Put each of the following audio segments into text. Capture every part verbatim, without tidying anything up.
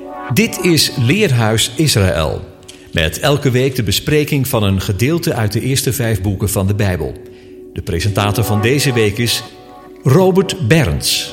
Dit is Leerhuis Israël, met elke week de bespreking van een gedeelte uit de eerste vijf boeken van de Bijbel. De presentator van deze week is Robert Berends.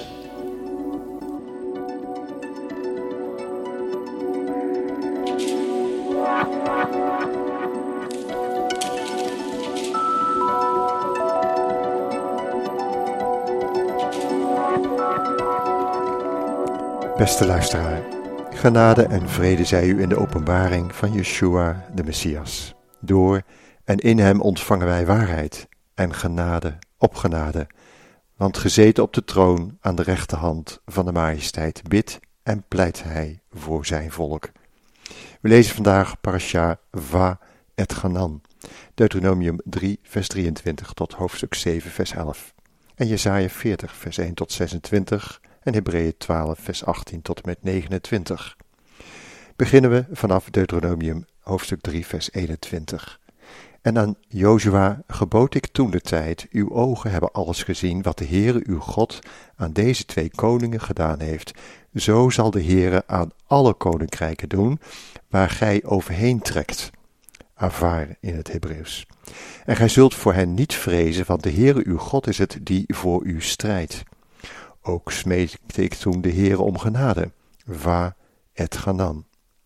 Beste luisteraar, genade en vrede zij u in de openbaring van Yeshua, de Messias. Door en in hem ontvangen wij waarheid en genade op genade, want gezeten op de troon aan de rechterhand van de majesteit bidt en pleit hij voor zijn volk. We lezen vandaag Parasha Va et Hanan, Deuteronomium drie vers drieëntwintig tot hoofdstuk zeven vers elf en Jesaja veertig vers één tot zesentwintig en Hebreeën twaalf vers achttien tot en met negenentwintig. Beginnen we vanaf Deuteronomium hoofdstuk drie vers eenentwintig. En aan Jozua gebood ik toen de tijd, uw ogen hebben alles gezien wat de Heere uw God aan deze twee koningen gedaan heeft. Zo zal de Heere aan alle koninkrijken doen, waar gij overheen trekt. Avar in het Hebreeuws. En gij zult voor hen niet vrezen, want de Heere uw God is het die voor u strijdt. Ook smeekte ik toen de Heere om genade. Va et Hanan.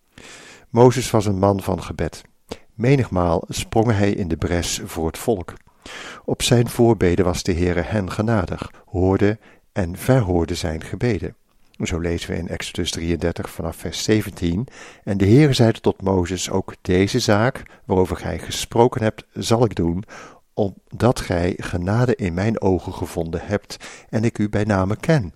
Mozes was een man van gebed. Menigmaal sprong hij in de bres voor het volk. Op zijn voorbeden was de Heere hen genadig, hoorde en verhoorde zijn gebeden. Zo lezen we in Exodus drieëndertig vanaf vers zeventien. En de Heere zeide tot Mozes, ook deze zaak, waarover gij gesproken hebt, zal ik doen, omdat gij genade in mijn ogen gevonden hebt en ik u bij name ken.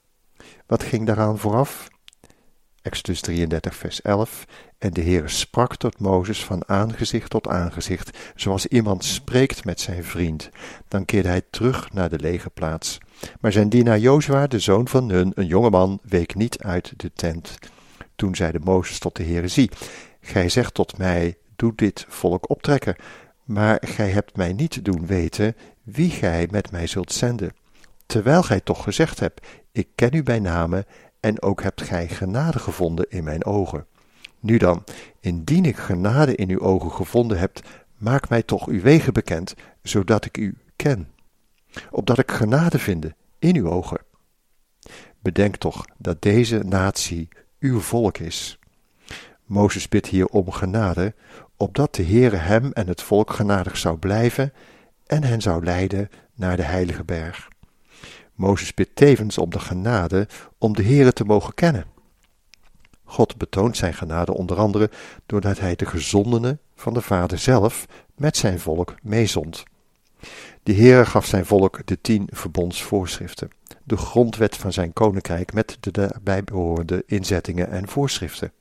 Wat ging daaraan vooraf? Exodus drieëndertig vers elf. En de Heere sprak tot Mozes van aangezicht tot aangezicht, zoals iemand spreekt met zijn vriend. Dan keerde hij terug naar de legerplaats. Maar zijn dienaar Jozua, de zoon van Nun, een jongeman, week niet uit de tent. Toen zeide Mozes tot de Heere, zie, gij zegt tot mij, doe dit volk optrekken. Maar gij hebt mij niet doen weten wie gij met mij zult zenden. Terwijl gij toch gezegd hebt, ik ken u bij name en ook hebt gij genade gevonden in mijn ogen. Nu dan, indien ik genade in uw ogen gevonden heb, maak mij toch uw wegen bekend, zodat ik u ken. Opdat ik genade vinde in uw ogen. Bedenk toch dat deze natie uw volk is. Mozes bidt hier om genade, opdat de Heere hem en het volk genadig zou blijven en hen zou leiden naar de heilige berg. Mozes bidt tevens om de genade om de Heere te mogen kennen. God betoont zijn genade onder andere doordat hij de gezondenen van de Vader zelf met zijn volk meezond. De Heere gaf zijn volk de tien verbondsvoorschriften, de grondwet van zijn koninkrijk met de daarbij behorende inzettingen en voorschriften.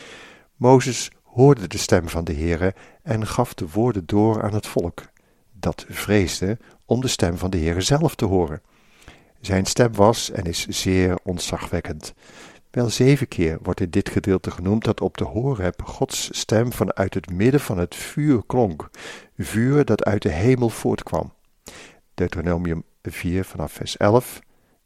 Mozes hoorde de stem van de Heere en gaf de woorden door aan het volk, dat vreesde om de stem van de Heere zelf te horen. Zijn stem was en is zeer ontzagwekkend. Wel zeven keer wordt in dit gedeelte genoemd dat op de Horeb Gods stem vanuit het midden van het vuur klonk, vuur dat uit de hemel voortkwam. Deuteronomium vier vanaf vers elf.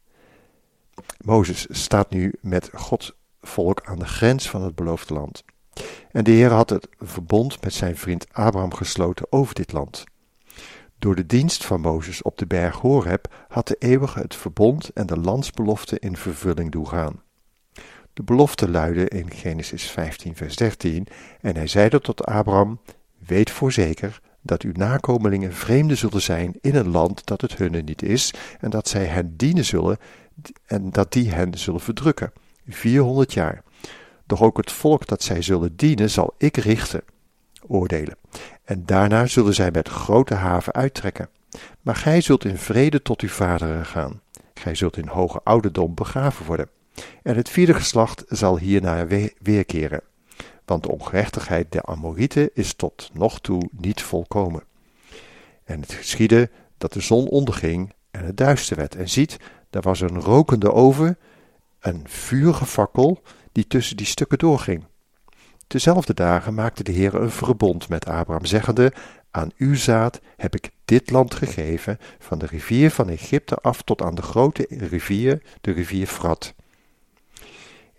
Mozes staat nu met Gods volk aan de grens van het beloofde land. En de Heer had het verbond met zijn vriend Abraham gesloten over dit land. Door de dienst van Mozes op de berg Horeb had de eeuwige het verbond en de landsbelofte in vervulling doen gaan. De belofte luidde in Genesis vijftien vers dertien, en hij zeide tot Abraham, weet voorzeker dat uw nakomelingen vreemden zullen zijn in een land dat het hunne niet is, en dat zij hen dienen zullen, en dat die hen zullen verdrukken, vierhonderd jaar. Doch ook het volk dat zij zullen dienen zal ik richten, oordelen. En daarna zullen zij met grote haven uittrekken. Maar gij zult in vrede tot uw vaderen gaan. Gij zult in hoge ouderdom begraven worden. En het vierde geslacht zal hierna weerkeren. Want de ongerechtigheid der Amorieten is tot nog toe niet volkomen. En het geschiedde dat de zon onderging en het duister werd. En ziet, daar was een rokende oven, een vurige fakkel, die tussen die stukken doorging. Tezelfde dagen maakte de Heer een verbond met Abraham, zeggende, aan uw zaad heb ik dit land gegeven, van de rivier van Egypte af tot aan de grote rivier, de rivier Frat.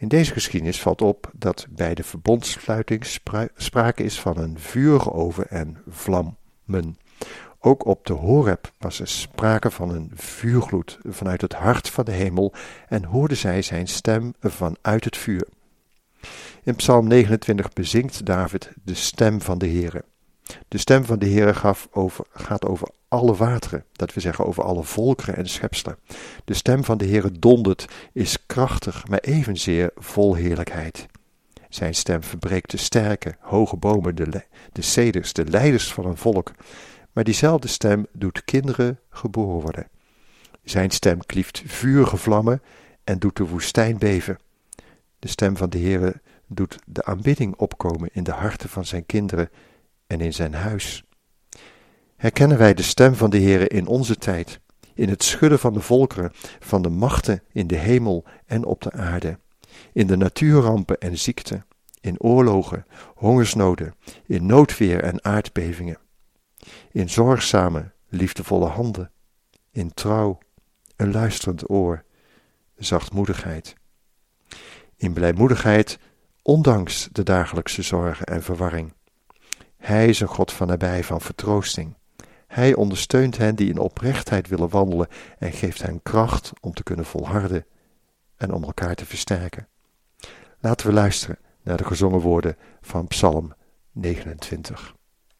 In deze geschiedenis valt op dat bij de verbondssluiting spra- sprake is van een vurige oven en vlammen. Ook op de Horeb was er sprake van een vuurgloed vanuit het hart van de hemel en hoorden zij zijn stem vanuit het vuur. In Psalm negenentwintig bezingt David de stem van de Heere. De stem van de Heere gaf over, gaat over alle wateren, dat we zeggen over alle volkeren en schepselen. De stem van de Heere dondert, is krachtig, maar evenzeer vol heerlijkheid. Zijn stem verbreekt de sterke, hoge bomen, de, le- de ceders, de leiders van een volk. Maar diezelfde stem doet kinderen geboren worden. Zijn stem klieft vurige vlammen en doet de woestijn beven. De stem van de Heere doet de aanbidding opkomen in de harten van zijn kinderen en in zijn huis. Herkennen wij de stem van de Heere in onze tijd, in het schudden van de volkeren, van de machten in de hemel en op de aarde, in de natuurrampen en ziekten, in oorlogen, hongersnoden, in noodweer en aardbevingen, in zorgzame, liefdevolle handen, in trouw, een luisterend oor, zachtmoedigheid, in blijmoedigheid, ondanks de dagelijkse zorgen en verwarring. Hij is een God van nabij, van vertroosting. Hij ondersteunt hen die in oprechtheid willen wandelen en geeft hen kracht om te kunnen volharden en om elkaar te versterken. Laten we luisteren naar de gezongen woorden van Psalm negenentwintig.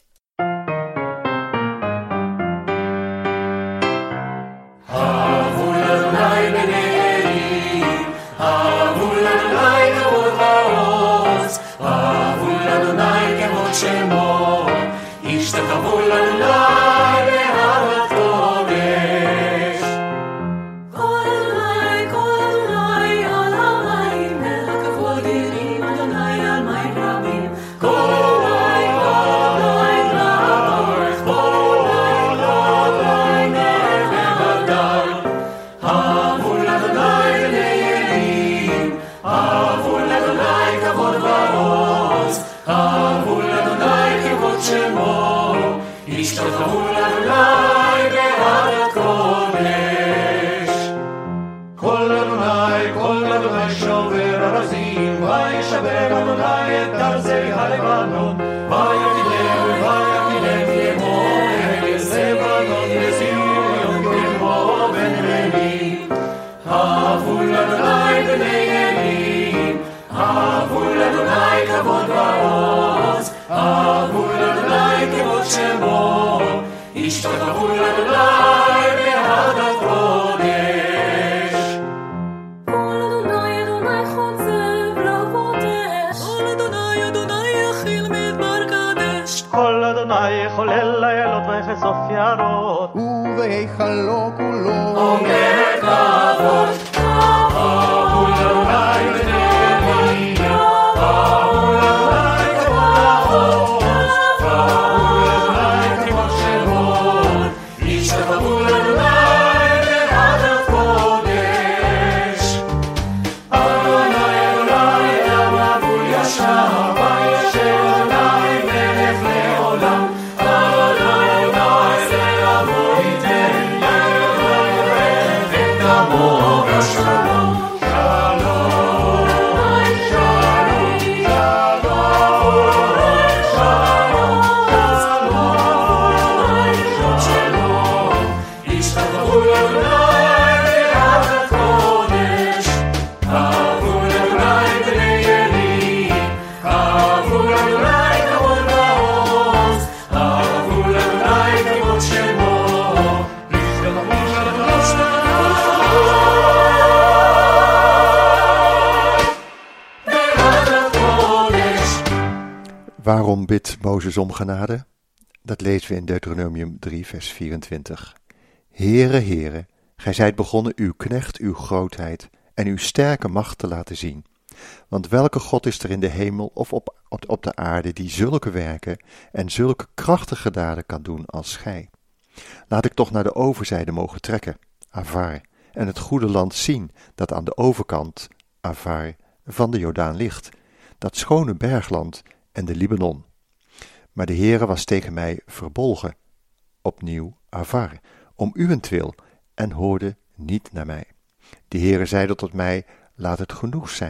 Waarom bidt Mozes om genade? Dat lezen we in Deuteronomium drie, vers vierentwintig. Heere, Heere, gij zijt begonnen uw knecht, uw grootheid en uw sterke macht te laten zien. Want welke God is er in de hemel of op, op, op de aarde die zulke werken en zulke krachtige daden kan doen als gij? Laat ik toch naar de overzijde mogen trekken, Avar, en het goede land zien dat aan de overkant, Avar, van de Jordaan ligt, dat schone bergland en de Libanon. Maar de Heere was tegen mij verbolgen, opnieuw Avar, om uwentwil, en hoorde niet naar mij. De Heere zeide tot mij, laat het genoeg zijn,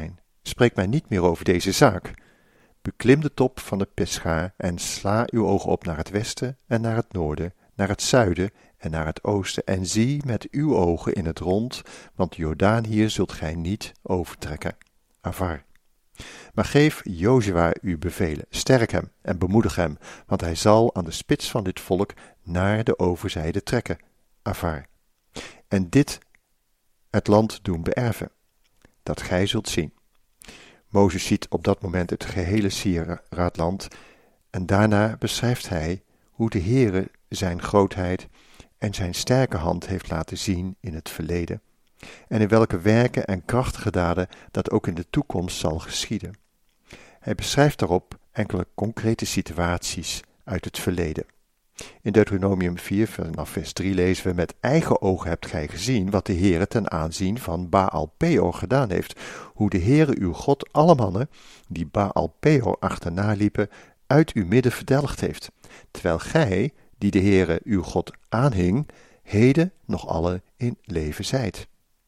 Spreek mij niet meer over deze zaak. Beklim de top van de Pisga en sla uw ogen op naar het westen en naar het noorden, naar het zuiden en naar het oosten, en zie met uw ogen in het rond, want de Jordaan hier zult gij niet overtrekken. Avar. Maar geef Jozua uw bevelen, sterk hem en bemoedig hem, want hij zal aan de spits van dit volk naar de overzijde trekken. Avar. En dit het land doen beërven, dat gij zult zien. Mozes ziet op dat moment het gehele sieraadland en daarna beschrijft hij hoe de Heere zijn grootheid en zijn sterke hand heeft laten zien in het verleden en in welke werken en krachtige daden dat ook in de toekomst zal geschieden. Hij beschrijft daarop enkele concrete situaties uit het verleden. In Deuteronomium vier vanaf vers drie lezen we: met eigen ogen hebt gij gezien wat de Heere ten aanzien van Baal Peor gedaan heeft, hoe de Heere uw God alle mannen die Baal Peor achterna liepen uit uw midden verdelgd heeft, terwijl gij, die de Heere uw God aanhing, heden nog alle in leven zijt.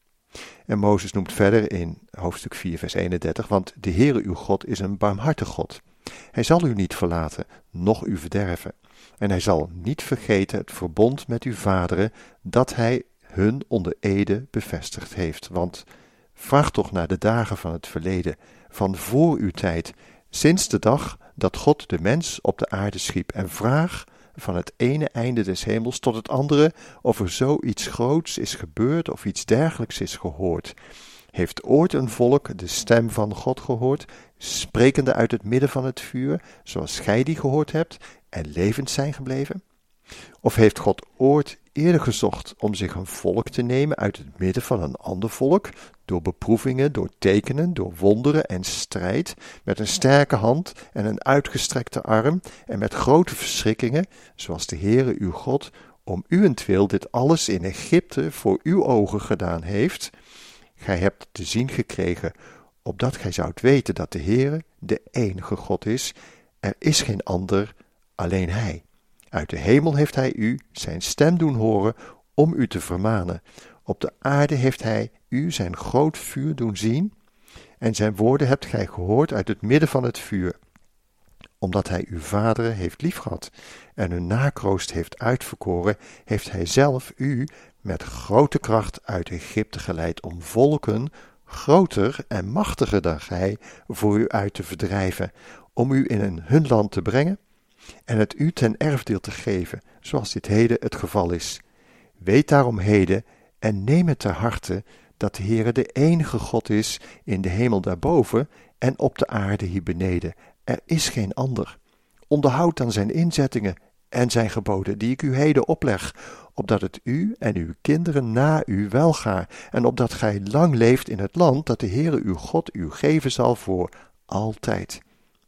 En Mozes noemt verder in hoofdstuk vier vers eenendertig, want de Heere uw God is een barmhartig God. Hij zal u niet verlaten, noch u verderven. En hij zal niet vergeten het verbond met uw vaderen, dat hij hun onder ede bevestigd heeft. Want vraag toch naar de dagen van het verleden, van voor uw tijd, sinds de dag dat God de mens op de aarde schiep, en vraag van het ene einde des hemels tot het andere, of er zoiets groots is gebeurd of iets dergelijks is gehoord. Heeft ooit een volk de stem van God gehoord, sprekende uit het midden van het vuur, zoals gij die gehoord hebt, en levend zijn gebleven? Of heeft God ooit eerder gezocht om zich een volk te nemen uit het midden van een ander volk, door beproevingen, door tekenen, door wonderen en strijd, met een sterke hand en een uitgestrekte arm, en met grote verschrikkingen, zoals de Heere uw God om uwentwil dit alles in Egypte voor uw ogen gedaan heeft? Gij hebt te zien gekregen, opdat gij zoudt weten dat de Heere de enige God is. Er is geen ander, alleen Hij. Uit de hemel heeft Hij u zijn stem doen horen om u te vermanen. Op de aarde heeft Hij u zijn groot vuur doen zien, en zijn woorden hebt gij gehoord uit het midden van het vuur. Omdat Hij uw vaderen heeft liefgehad en hun nakroost heeft uitverkoren, heeft Hij zelf u met grote kracht uit Egypte geleid om volken, groter en machtiger dan gij, voor u uit te verdrijven, om u in een hun land te brengen en het u ten erfdeel te geven, zoals dit heden het geval is. Weet daarom heden en neem het ter harte dat de Heere de enige God is in de hemel daarboven en op de aarde hier beneden. Er is geen ander. Onderhoud dan zijn inzettingen en zijn geboden die ik u heden opleg, opdat het u en uw kinderen na u welgaat, en opdat gij lang leeft in het land dat de Heere uw God u geven zal voor altijd.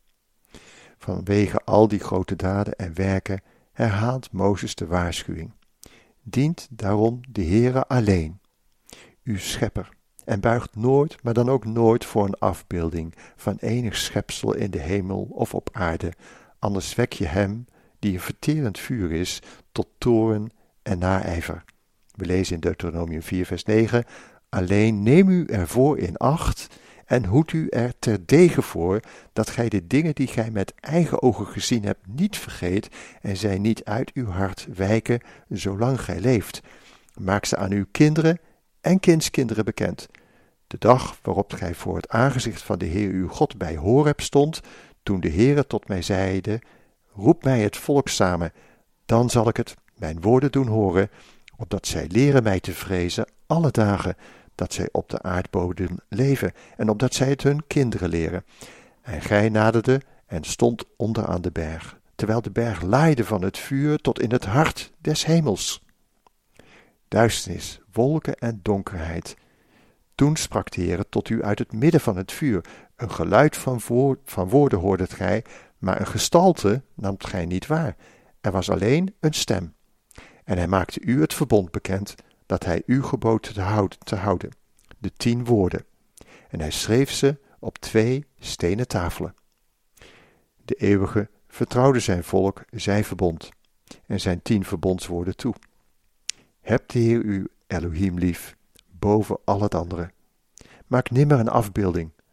Vanwege al die grote daden en werken herhaalt Mozes de waarschuwing. Dient daarom de Heere alleen, uw schepper, en buigt nooit, maar dan ook nooit voor een afbeelding van enig schepsel in de hemel of op aarde, anders wek je hem, die een verterend vuur is, tot toorn en naijver. We lezen in Deuteronomium vier vers negen, alleen neem u ervoor in acht en hoed u er terdege voor, dat gij de dingen die gij met eigen ogen gezien hebt niet vergeet en zij niet uit uw hart wijken, zolang gij leeft. Maak ze aan uw kinderen en kindskinderen bekend. De dag waarop gij voor het aangezicht van de Heer uw God bij Horeb stond, toen de Heere tot mij zeide, roep mij het volk samen, dan zal ik het mijn woorden doen horen, opdat zij leren mij te vrezen alle dagen dat zij op de aardbodem leven, en opdat zij het hun kinderen leren. En gij naderde en stond onder aan de berg, terwijl de berg laaide van het vuur tot in het hart des hemels. Duisternis, wolken en donkerheid. Toen sprak de Heere tot u uit het midden van het vuur. Een geluid van, voor, van woorden hoordet gij, maar een gestalte naamt gij niet waar. Er was alleen een stem. En hij maakte u het verbond bekend, dat hij u gebood te houden, te houden, de tien woorden. En hij schreef ze op twee stenen tafelen. De Eeuwige vertrouwde zijn volk zijn verbond en zijn tien verbondswoorden toe. Heb de Heer uw Elohim lief, boven al het andere. Maak nimmer een afbeelding,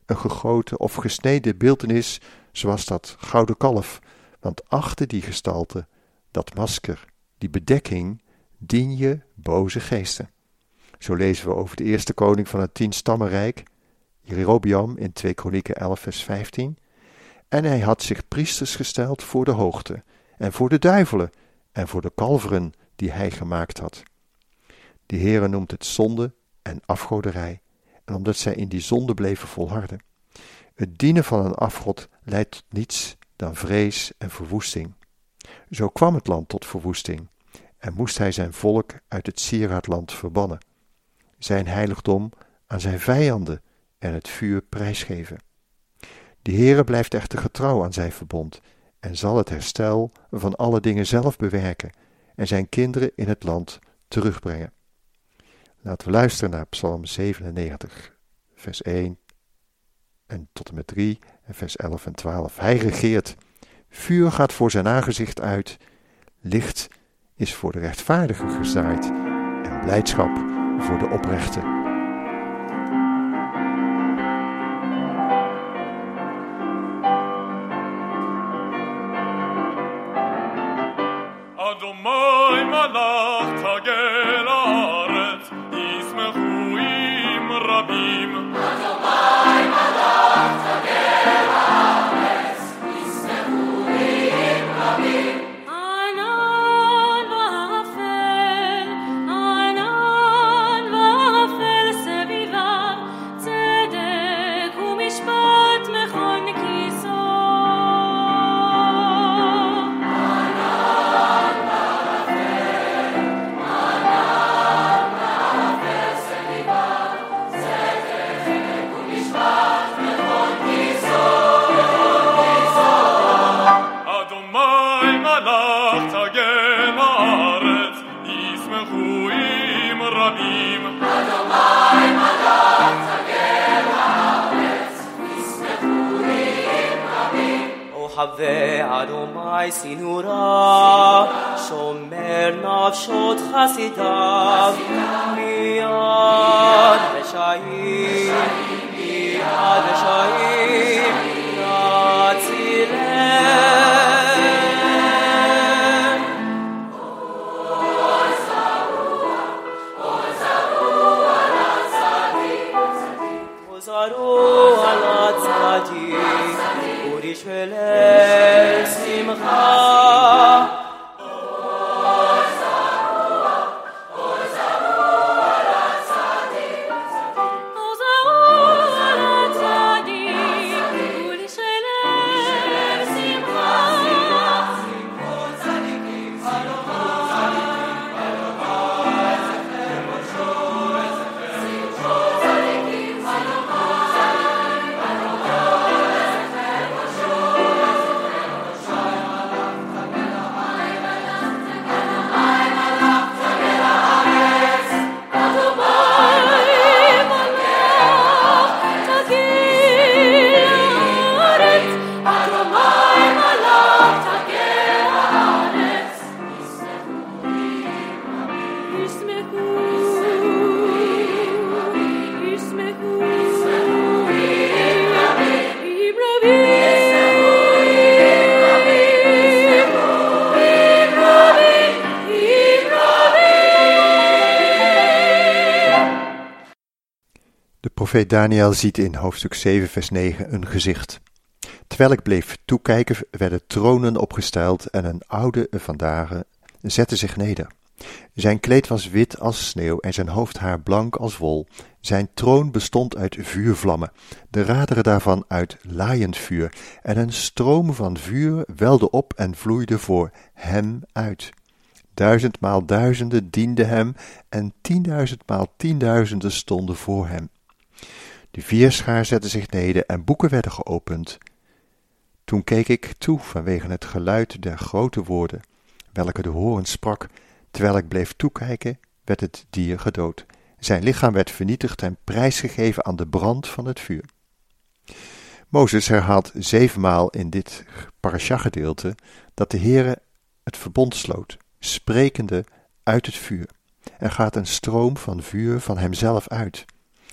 een gegoten of gesneden beeltenis zoals dat gouden kalf, want achter die gestalte, dat masker, die bedekking, dien je boze geesten. Zo lezen we over de eerste koning van het tienstammenrijk, Jerobeam in twee Kronieken elf vers vijftien. En hij had zich priesters gesteld voor de hoogte, en voor de duivelen, en voor de kalveren die hij gemaakt had. De Heere noemt het zonde en afgoderij, en omdat zij in die zonde bleven volharden. Het dienen van een afgod leidt tot niets dan vrees en verwoesting. Zo kwam het land tot verwoesting, en moest hij zijn volk uit het sieraadland verbannen, zijn heiligdom aan zijn vijanden en het vuur prijsgeven. De Heere blijft echter getrouw aan zijn verbond en zal het herstel van alle dingen zelf bewerken en zijn kinderen in het land terugbrengen. Laten we luisteren naar Psalm zevenennegentig, vers één en tot en met drie en vers elf en twaalf. Hij regeert, vuur gaat voor zijn aangezicht uit, licht is voor de rechtvaardigen gezaaid en blijdschap voor de oprechten. Adonai malach tagel haaretz, yismechu im rabim. Adonai malach tagel haaretz, yismechu im rabim. Anan va'afel, anan va'afel sevivav, tzedek u'mishpat mechon kiso. חווה אדוני סינורה, שומר נפשות חסידיו, מיד רשעים, מיד רשעים, נצילם. עוזרו על הצדיק, ולשמחה. De profeet Daniel ziet in hoofdstuk zeven vers negen een gezicht. Terwijl ik bleef toekijken, werden tronen opgesteld en een oude vandaag zette zich neder. Zijn kleed was wit als sneeuw en zijn hoofdhaar blank als wol. Zijn troon bestond uit vuurvlammen, de raderen daarvan uit laaiend vuur, en een stroom van vuur welde op en vloeide voor hem uit. Duizendmaal duizenden dienden hem en tienduizendmaal tienduizenden stonden voor hem. De vierschaar zette zich neder en boeken werden geopend. Toen keek ik toe vanwege het geluid der grote woorden, welke de hoorn sprak. Terwijl ik bleef toekijken, werd het dier gedood. Zijn lichaam werd vernietigd en prijsgegeven aan de brand van het vuur. Mozes herhaalt zevenmaal in dit parasha-gedeelte dat de Heere het verbond sloot, sprekende uit het vuur. Er gaat een stroom van vuur van hemzelf uit.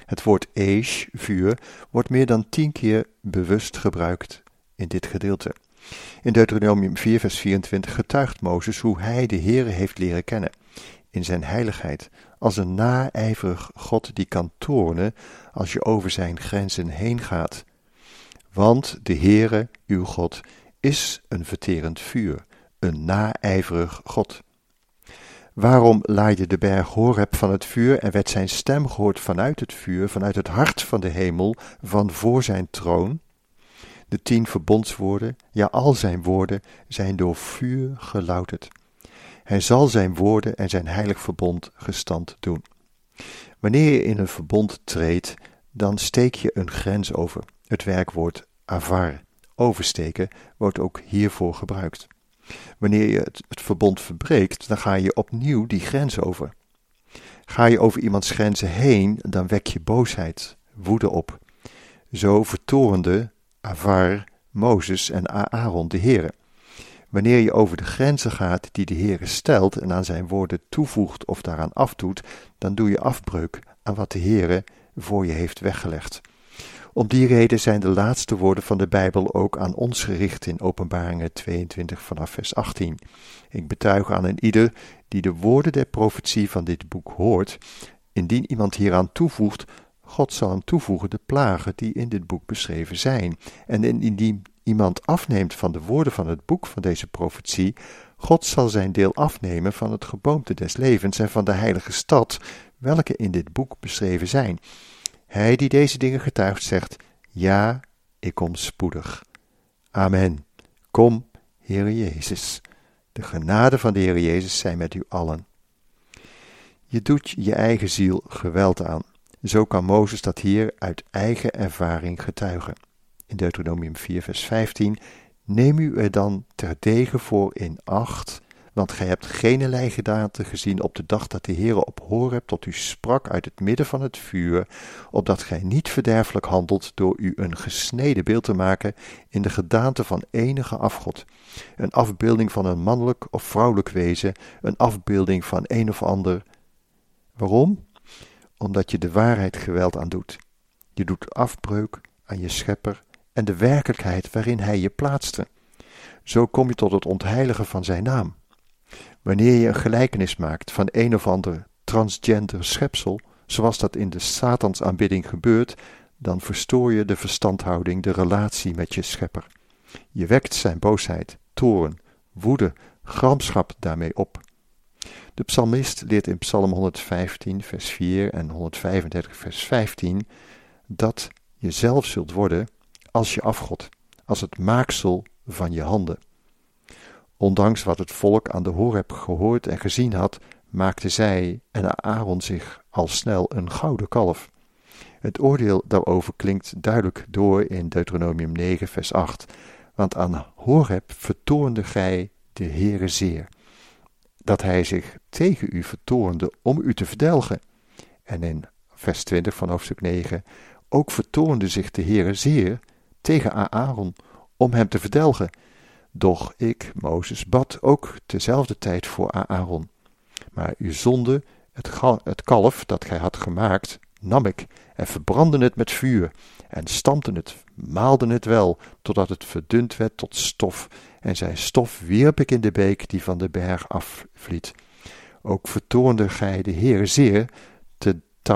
Het woord esh, vuur, wordt meer dan tien keer bewust gebruikt in dit gedeelte. In Deuteronomium vier vers vierentwintig getuigt Mozes hoe hij de Heere heeft leren kennen, in zijn heiligheid, als een naijverig God die kan toornen als je over zijn grenzen heen gaat. Want de Heere, uw God, is een verterend vuur, een naijverig God. Waarom laaide de berg Horeb van het vuur en werd zijn stem gehoord vanuit het vuur, vanuit het hart van de hemel, van voor zijn troon? De tien verbondswoorden, ja al zijn woorden, zijn door vuur gelouterd. Hij zal zijn woorden en zijn heilig verbond gestand doen. Wanneer je in een verbond treedt, dan steek je een grens over. Het werkwoord avar, oversteken, wordt ook hiervoor gebruikt. Wanneer je het, het verbond verbreekt, dan ga je opnieuw die grens over. Ga je over iemands grenzen heen, dan wek je boosheid, woede op. Zo vertorende avar Mozes en Aaron de Heere. Wanneer je over de grenzen gaat die de Heere stelt en aan zijn woorden toevoegt of daaraan afdoet, dan doe je afbreuk aan wat de Heere voor je heeft weggelegd. Om die reden zijn de laatste woorden van de Bijbel ook aan ons gericht in Openbaringen tweeëntwintig vanaf vers achttien. Ik betuig aan een ieder die de woorden der profetie van dit boek hoort, indien iemand hieraan toevoegt, God zal hem toevoegen de plagen die in dit boek beschreven zijn. En indien iemand afneemt van de woorden van het boek van deze profetie, God zal zijn deel afnemen van het geboomte des levens en van de heilige stad, welke in dit boek beschreven zijn. Hij die deze dingen getuigt zegt, ja, ik kom spoedig. Amen. Kom, Heere Jezus. De genade van de Heere Jezus zij met u allen. Je doet je eigen ziel geweld aan. Zo kan Mozes dat hier uit eigen ervaring getuigen. In Deuteronomium vier vers vijftien, neem u er dan terdege voor in acht, want gij hebt geenerlei gedaante gezien op de dag dat de Heere op Horeb tot u sprak uit het midden van het vuur, opdat gij niet verderfelijk handelt door u een gesneden beeld te maken in de gedaante van enige afgod, een afbeelding van een mannelijk of vrouwelijk wezen, een afbeelding van een of ander. Waarom? Omdat je de waarheid geweld aandoet. Je doet afbreuk aan je schepper en de werkelijkheid waarin hij je plaatste. Zo kom je tot het ontheiligen van zijn naam. Wanneer je een gelijkenis maakt van een of ander transgender schepsel, zoals dat in de Satansaanbidding gebeurt, dan verstoor je de verstandhouding, de relatie met je schepper. Je wekt zijn boosheid, toorn, woede, gramschap daarmee op. De psalmist leert in Psalm honderdvijftien vers vier en honderdvijfendertig vers vijftien dat je zelf zult worden als je afgod, als het maaksel van je handen. Ondanks wat het volk aan de Horeb gehoord en gezien had, maakten zij en Aaron zich al snel een gouden kalf. Het oordeel daarover klinkt duidelijk door in Deuteronomium negen vers acht, want aan Horeb vertoornde gij de Heere zeer, dat hij zich tegen u vertoornde om u te verdelgen. En in vers twintig van hoofdstuk negen, ook vertoornde zich de Heere zeer tegen Aaron om hem te verdelgen. Doch ik, Mozes, bad ook tezelfde tijd voor Aaron. Maar uw zonde, het, ga, het kalf dat gij had gemaakt, nam ik en verbrandde het met vuur en stampte het, maalde het wel, totdat het verdund werd tot stof. En zijn stof wierp ik in de beek die van de berg afvliet. Ook vertoornde gij de Heere zeer te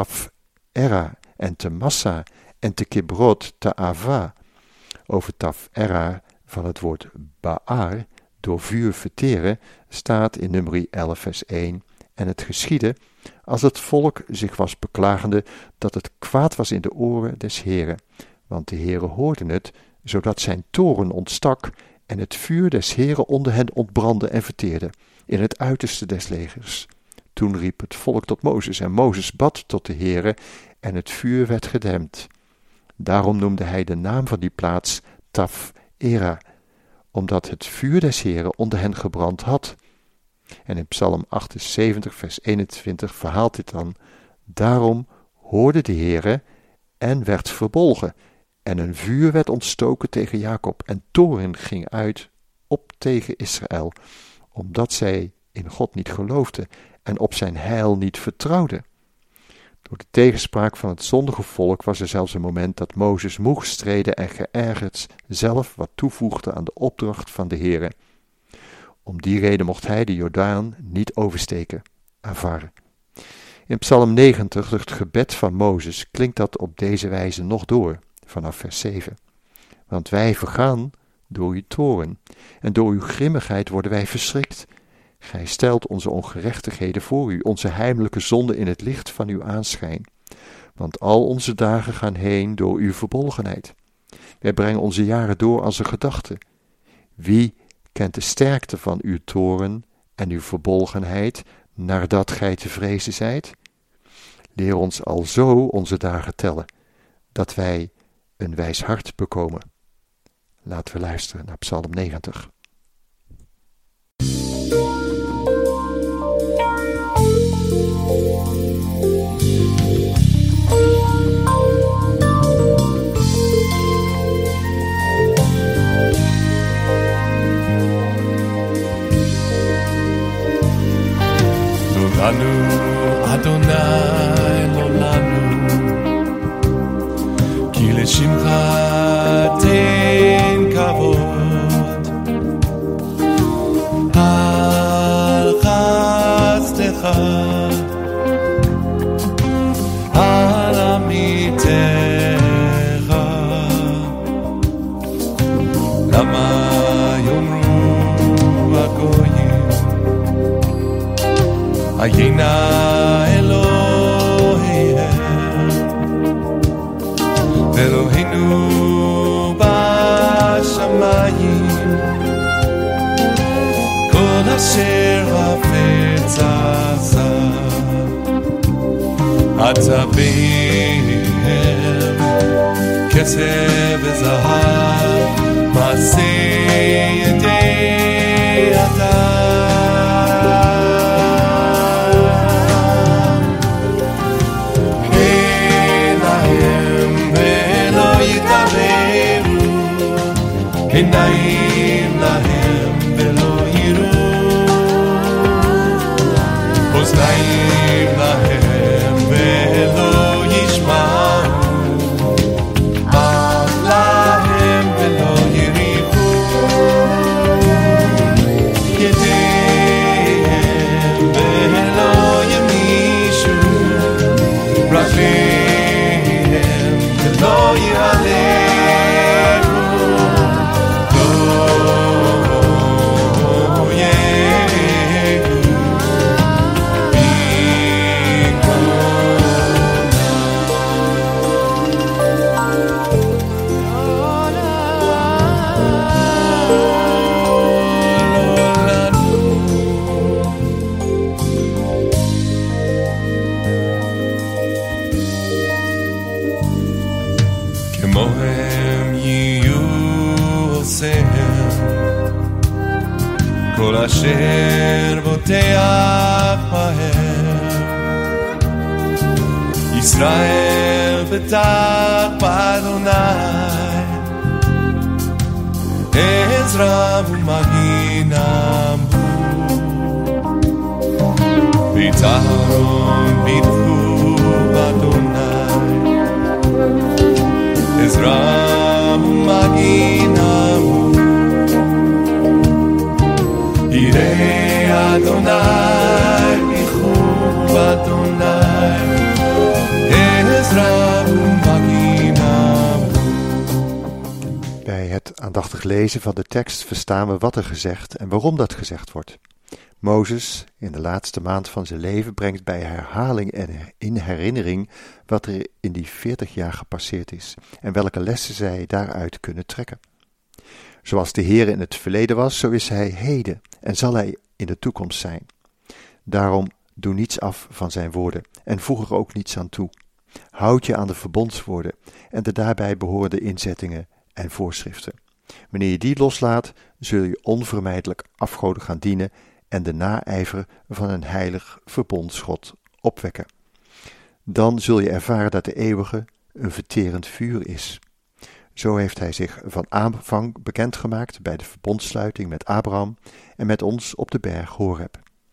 Taf-era en te Massa en te Kibrot te Ava. Over Taf-era van het woord Baar, door vuur verteren, staat in Numeri elf vers één. En het geschiedde, als het volk zich was beklagende, dat het kwaad was in de oren des Heeren. Want de Heere hoorde het, zodat zijn toorn ontstak en het vuur des Heeren onder hen ontbrandde en verteerde, in het uiterste des legers. Toen riep het volk tot Mozes, en Mozes bad tot de Heere, en het vuur werd gedempt. Daarom noemde hij de naam van die plaats Taf-era, omdat het vuur des Heeren onder hen gebrand had. En in Psalm achtenzeventig vers eenentwintig verhaalt dit dan, daarom hoorde de Heere en werd verbolgen, en een vuur werd ontstoken tegen Jacob, en toorn ging uit op tegen Israël, omdat zij in God niet geloofden en op zijn heil niet vertrouwden. Door de tegenspraak van het zondige volk was er zelfs een moment dat Mozes moe gestreden en geërgerd zelf wat toevoegde aan de opdracht van de Heere. Om die reden mocht hij de Jordaan niet oversteken, afvaren. In Psalm negentig, het gebed van Mozes, klinkt dat op deze wijze nog door, vanaf vers zeven. Want wij vergaan door uw toorn, en door uw grimmigheid worden wij verschrikt. Gij stelt onze ongerechtigheden voor u, onze heimelijke zonden in het licht van uw aanschijn. Want al onze dagen gaan heen door uw verbolgenheid. Wij brengen onze jaren door als een gedachte. Wie kent de sterkte van uw toorn en uw verbolgenheid, naardat gij te vrezen zijt? Leer ons alzo onze dagen tellen, dat wij een wijs hart bekomen. Laten we luisteren naar Psalm negentig. Lanu Adonai lo lanu ki leshimcha ten kavod al chasdecha al amitecha lama yomru agoyim Ayina Elohim Eloheinu bashamayim Kol asher hafetz asa Ata behem kesef vezahav Maseh yedei adam Hinayim lahem velo yiru Oznayim lahem velo yishma'u Av lahem velo yirivu Yedeihem velo yamishu Rafihem velo yihaleh כל אשר בוטח בהם ישראל בטח באדוני עזרא ומגינם הוא ביטחון ביטחו באדוני עזרא ומגינם הוא Yirei Adonai, Bichu Adonai, Ezra U'Maginam. Bij het aandachtig lezen van de tekst verstaan we wat er gezegd en waarom dat gezegd wordt. Mozes, in de laatste maand van zijn leven, brengt bij herhaling en in herinnering wat er in die veertig jaar gepasseerd is en welke lessen zij daaruit kunnen trekken. Zoals de Heer in het verleden was, zo is hij heden en zal hij in de toekomst zijn. Daarom doe niets af van zijn woorden en voeg er ook niets aan toe. Houd je aan de verbondswoorden en de daarbij behorende inzettingen en voorschriften. Wanneer je die loslaat, zul je onvermijdelijk afgoden gaan dienen en de naijver van een heilig verbondsgod opwekken. Dan zul je ervaren dat de eeuwige een verterend vuur is. Zo heeft hij zich van aanvang bekendgemaakt bij de verbondssluiting met Abraham en met ons op de berg Horeb.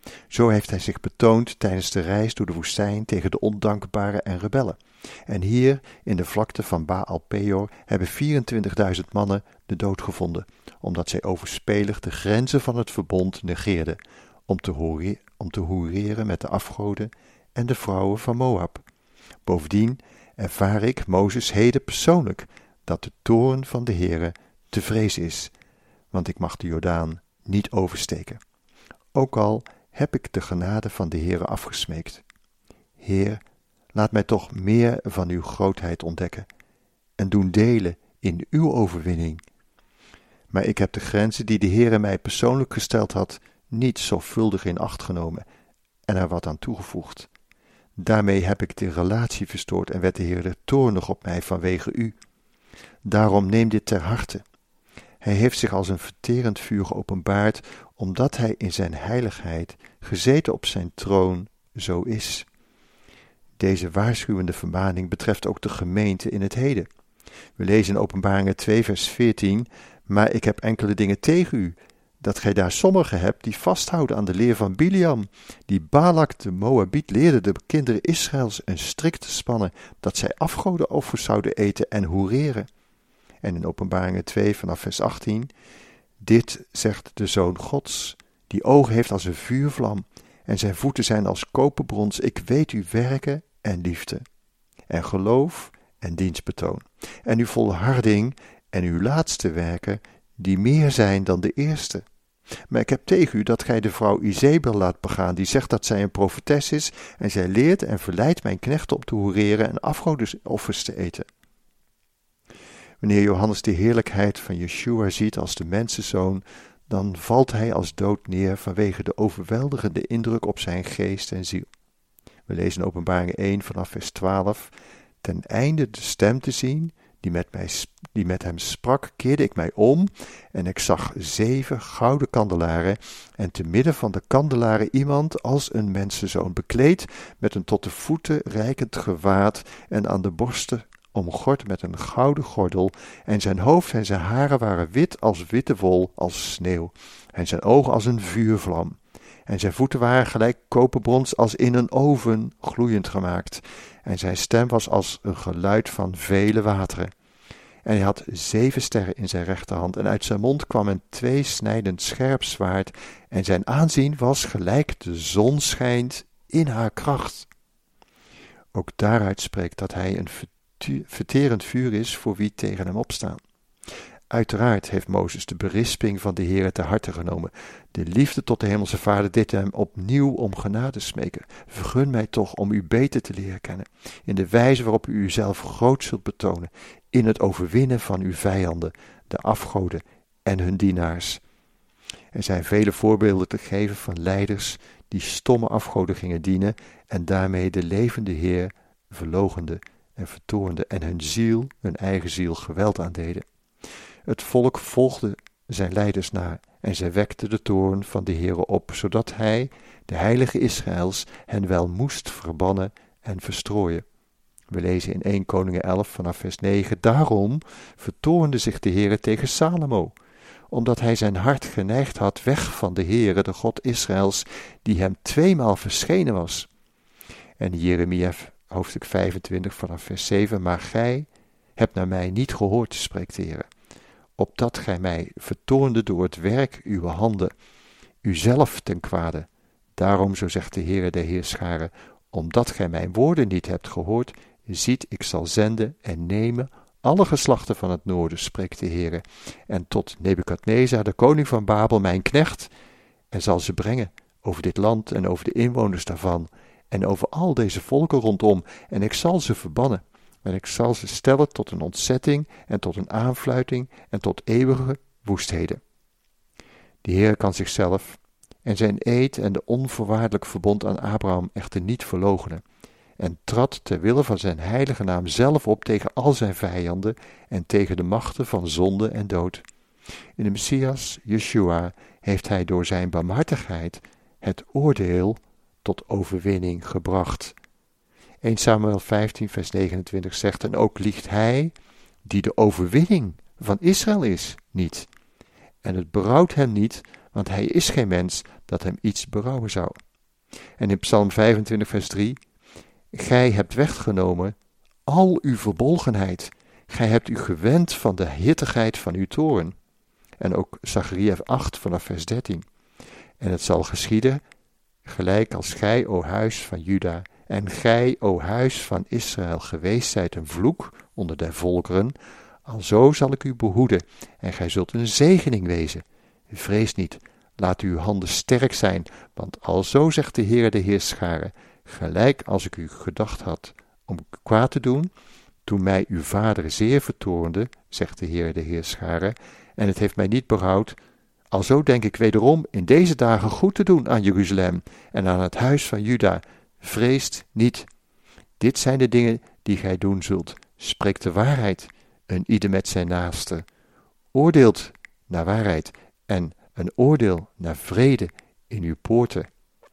Zo heeft hij zich betoond tijdens de reis door de woestijn tegen de ondankbaren en rebellen. En hier, in de vlakte van Baal Peor, hebben vierentwintigduizend mannen de dood gevonden, omdat zij overspelig de grenzen van het verbond negeerden, om te, hoere, om te hoereren met de afgoden en de vrouwen van Moab. Bovendien ervaar ik, Mozes, heden persoonlijk, dat de toorn van de Heere te vrezen is, want ik mag de Jordaan niet oversteken. Ook al heb ik de genade van de Heere afgesmeekt. Heer, laat mij toch meer van uw grootheid ontdekken en doen delen in uw overwinning. Maar ik heb de grenzen die de Heere mij persoonlijk gesteld had, niet zorgvuldig in acht genomen en er wat aan toegevoegd. Daarmee heb ik de relatie verstoord en werd de Heere toornig op mij vanwege u. Daarom neem dit ter harte. Hij heeft zich als een verterend vuur geopenbaard, omdat hij in zijn heiligheid, gezeten op zijn troon, zo is. Deze waarschuwende vermaning betreft ook de gemeente in het heden. We lezen in Openbaringen twee vers veertien, maar ik heb enkele dingen tegen u, dat gij daar sommigen hebt die vasthouden aan de leer van Biliam, die Balak de Moabiet leerde de kinderen Israëls een strik te spannen, dat zij afgodenoffers zouden eten en hoereren. En in Openbaringen twee vanaf vers achttien, dit zegt de Zoon Gods, die ogen heeft als een vuurvlam, en zijn voeten zijn als koperbrons. Ik weet uw werken en liefde, en geloof en dienstbetoon, en uw volharding en uw laatste werken, die meer zijn dan de eerste. Maar ik heb tegen u dat gij de vrouw Izebel laat begaan, die zegt dat zij een profetes is, en zij leert en verleidt mijn knechten om te hoereren en afgodenoffers te eten. Wanneer Johannes de heerlijkheid van Yeshua ziet als de mensenzoon, dan valt hij als dood neer vanwege de overweldigende indruk op zijn geest en ziel. We lezen in Openbaring één vanaf vers twaalf, ten einde de stem te zien, die met, mij, die met hem sprak, keerde ik mij om en ik zag zeven gouden kandelaren en te midden van de kandelaren iemand als een mensenzoon, bekleed met een tot de voeten reikend gewaad en aan de borsten omgord met een gouden gordel, en zijn hoofd en zijn haren waren wit als witte wol, als sneeuw, en zijn ogen als een vuurvlam, en zijn voeten waren gelijk koperbrons als in een oven gloeiend gemaakt, en zijn stem was als een geluid van vele wateren. En hij had zeven sterren in zijn rechterhand, en uit zijn mond kwam een tweesnijdend scherp zwaard, en zijn aanzien was gelijk de zon schijnt in haar kracht. Ook daaruit spreekt dat hij een verterend vuur is voor wie tegen hem opstaan. Uiteraard heeft Mozes de berisping van de Heere ter harte genomen. De liefde tot de hemelse Vader deed hem opnieuw om genade smeken. Vergun mij toch om u beter te leren kennen, in de wijze waarop u uzelf groot zult betonen, in het overwinnen van uw vijanden, de afgoden en hun dienaars. Er zijn vele voorbeelden te geven van leiders die stomme afgoden gingen dienen en daarmee de levende Heer verloochenden en vertoornden en hun ziel, hun eigen ziel, geweld aandeden. Het volk volgde zijn leiders na en zij wekte de toorn van de Heere op, zodat hij, de heilige Israëls, hen wel moest verbannen en verstrooien. We lezen in eerste Koningen elf vanaf vers negen, daarom vertoornde zich de Heere tegen Salomo, omdat hij zijn hart geneigd had weg van de Heere, de God Israëls, die hem tweemaal verschenen was. En Jeremia hoofdstuk vijfentwintig vanaf vers zeven, maar gij hebt naar mij niet gehoord, spreekt de Heere, opdat gij mij vertoornde door het werk uw handen, uzelf ten kwade. Daarom, zo zegt de Heere der Heerscharen, omdat gij mijn woorden niet hebt gehoord, ziet, ik zal zenden en nemen alle geslachten van het noorden, spreekt de Heere, en tot Nebukadnezar, de koning van Babel, mijn knecht, en zal ze brengen over dit land en over de inwoners daarvan, en over al deze volken rondom, en ik zal ze verbannen, en ik zal ze stellen tot een ontzetting en tot een aanfluiting en tot eeuwige woestheden. De Heer kan zichzelf en zijn eed en de onvoorwaardelijk verbond aan Abraham echter niet verloochenen, en trad ter wille van zijn heilige naam zelf op tegen al zijn vijanden en tegen de machten van zonde en dood. In de Messias, Yeshua, heeft hij door zijn barmhartigheid het oordeel tot overwinning gebracht. eerste Samuel vijftien vers negenentwintig zegt, en ook liegt hij, die de overwinning van Israël is, niet. En het berouwt hem niet, want hij is geen mens dat hem iets berouwen zou. En in Psalm vijfentwintig vers drie, gij hebt weggenomen al uw verbolgenheid, gij hebt u gewend van de hittigheid van uw toorn. En ook Zacharia acht vanaf vers dertien. En het zal geschieden, gelijk als gij, o huis van Juda, en gij, o huis van Israël, geweest zijt een vloek onder de volkeren, alzo zal ik u behoeden, en gij zult een zegening wezen. Vrees niet, laat uw handen sterk zijn, want alzo zegt de Heere de Heerscharen, gelijk als ik u gedacht had om kwaad te doen, toen mij uw vader zeer vertoornde, zegt de Heere de Heerscharen, en het heeft mij niet berouwd, alzo denk ik wederom in deze dagen goed te doen aan Jeruzalem en aan het huis van Juda. Vreest niet. Dit zijn de dingen die gij doen zult. Spreek de waarheid, een ieder met zijn naaste. Oordeelt naar waarheid en een oordeel naar vrede in uw poorten.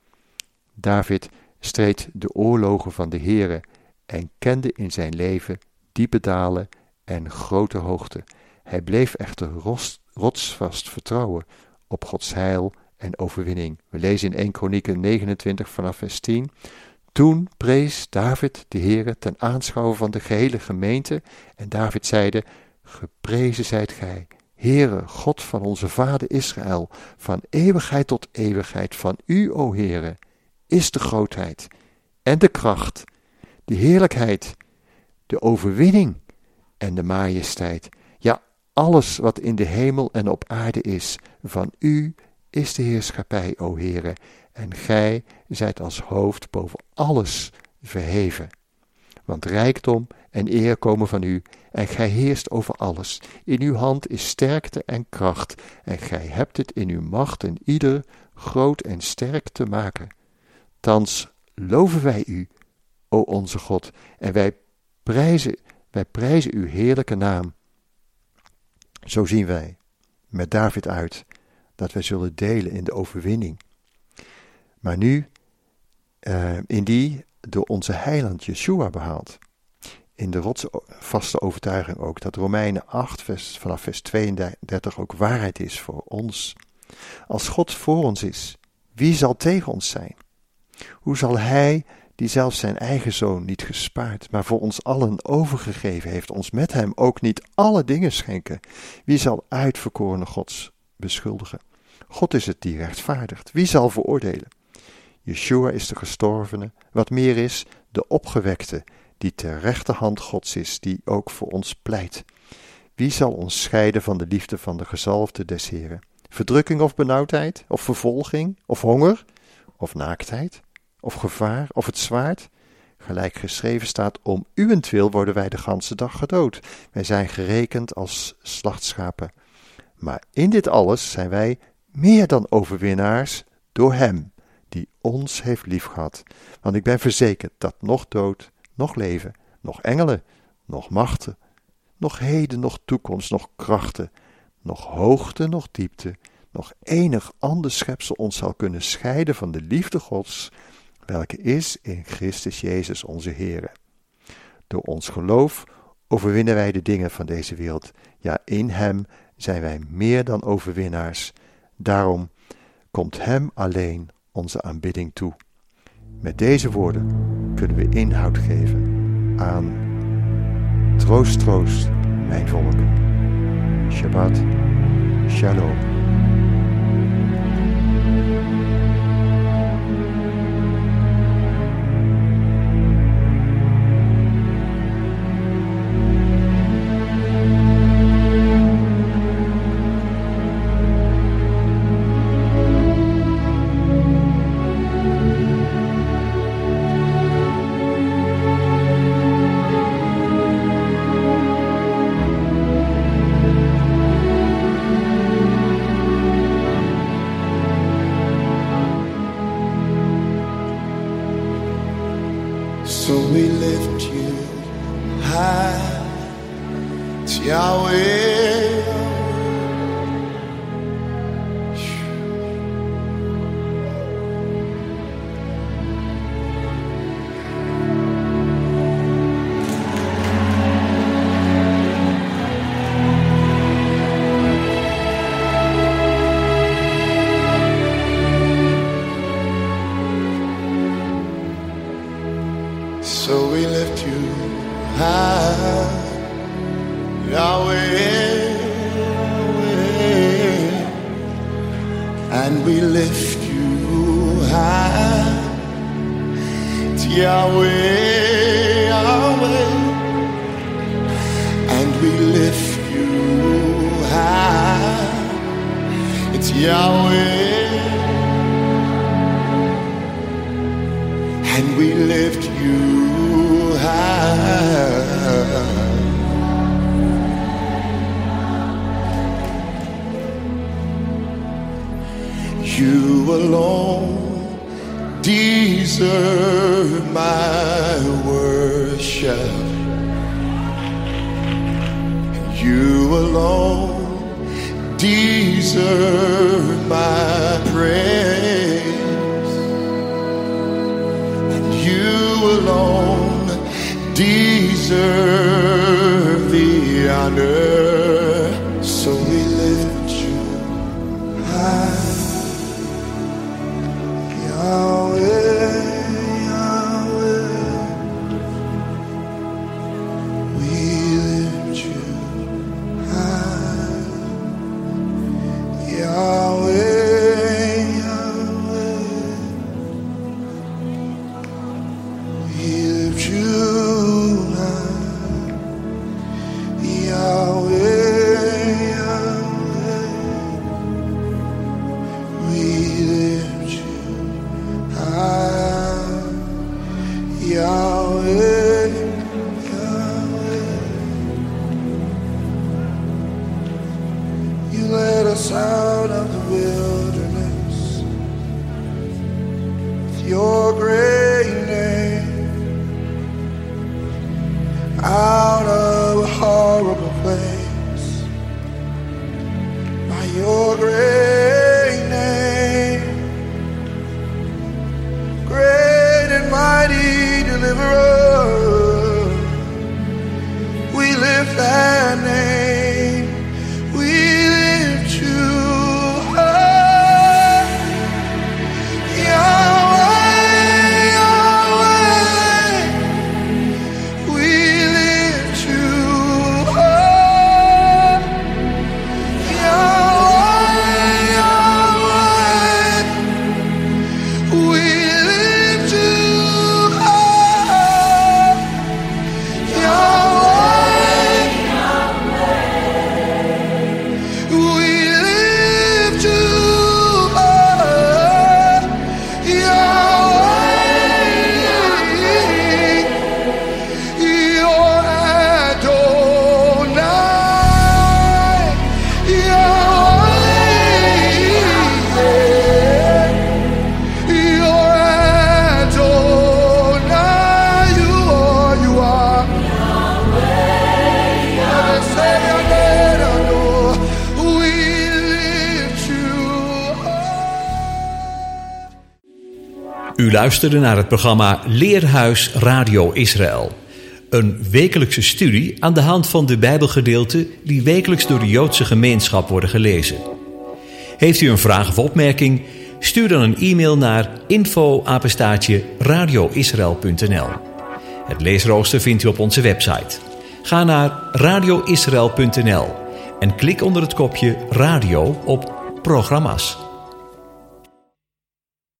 David streed de oorlogen van de Heere en kende in zijn leven diepe dalen en grote hoogte. Hij bleef echter rotsvast vertrouwen op Gods heil en overwinning. We lezen in eerste Kronieken negenentwintig vanaf vers tien. Toen prees David de Heere ten aanschouwen van de gehele gemeente, en David zeide, geprezen zijt gij, Heere, God van onze vader Israël, van eeuwigheid tot eeuwigheid, van u, o Heere, is de grootheid en de kracht, de heerlijkheid, de overwinning en de majesteit. Ja, alles wat in de hemel en op aarde is, van u is de heerschappij, o Heere, en gij zijt als hoofd boven alles verheven. Want rijkdom en eer komen van u, en gij heerst over alles. In uw hand is sterkte en kracht, en gij hebt het in uw macht en ieder groot en sterk te maken. Thans loven wij u, o onze God, en wij prijzen, wij prijzen uw heerlijke naam. Zo zien wij met David uit dat wij zullen delen in de overwinning. Maar nu uh, in die door onze heiland Yeshua behaald. In de rotsvaste overtuiging ook dat Romeinen acht vers, vanaf vers tweeëndertig ook waarheid is voor ons. Als God voor ons is, wie zal tegen ons zijn? Hoe zal hij, die zelfs zijn eigen zoon niet gespaard, maar voor ons allen overgegeven heeft, ons met hem ook niet alle dingen schenken? Wie zal uitverkorene Gods beschuldigen? God is het die rechtvaardigt. Wie zal veroordelen? Yeshua is de gestorvene, wat meer is, de opgewekte, die ter rechterhand Gods is, die ook voor ons pleit. Wie zal ons scheiden van de liefde van de gezalfde des Heren? Verdrukking of benauwdheid, of vervolging, of honger, of naaktheid, of gevaar, of het zwaard? Gelijk geschreven staat, om uwentwil worden wij de ganse dag gedood. Wij zijn gerekend als slachtschapen. Maar in dit alles zijn wij meer dan overwinnaars door hem, die ons heeft liefgehad. Want ik ben verzekerd dat nog dood, nog leven, nog engelen, nog machten, nog heden, nog toekomst, nog krachten, nog hoogte, nog diepte, nog enig ander schepsel ons zal kunnen scheiden van de liefde Gods, welke is in Christus Jezus onze Heere. Door ons geloof overwinnen wij de dingen van deze wereld. Ja, in hem zijn wij meer dan overwinnaars. Daarom komt hem alleen onze aanbidding toe. Met deze woorden kunnen we inhoud geven aan troost, troost, mijn volk. Shabbat, shalom. and we lift you high. It's Yahweh, Yahweh, and we lift you high. It's Yahweh, and we lift you high. You alone deserve my worship. You alone deserve my praise. You alone deserve the honor. So we lift you high. Yahweh, Yahweh, we lift you high. Yahweh, Yahweh, we lift you high. Yahweh, Yahweh, we lift you high. Yahweh, Yahweh, you led us out of the wilderness with your great name, out of a horrible place by your great name. Great and mighty deliverer, we lift that name, we lift you high. Yahweh, Yahweh, we lift you high. Yahweh, Yahweh, we lift you high. Yahweh, we lift you high. Yahweh, you're Adonai. Yahweh, you're Adonai. You are, you are. Yahweh, say your name, Adonai. We lift you high. U luisterde naar het programma Leerhuis Radio Israël. Een wekelijkse studie aan de hand van de Bijbelgedeelten die wekelijks door de Joodse gemeenschap worden gelezen. Heeft u een vraag of opmerking? Stuur dan een e-mail naar info apenstaartje radioisrael punt n l. Het leesrooster vindt u op onze website. Ga naar radioisrael punt n l en klik onder het kopje radio op programma's.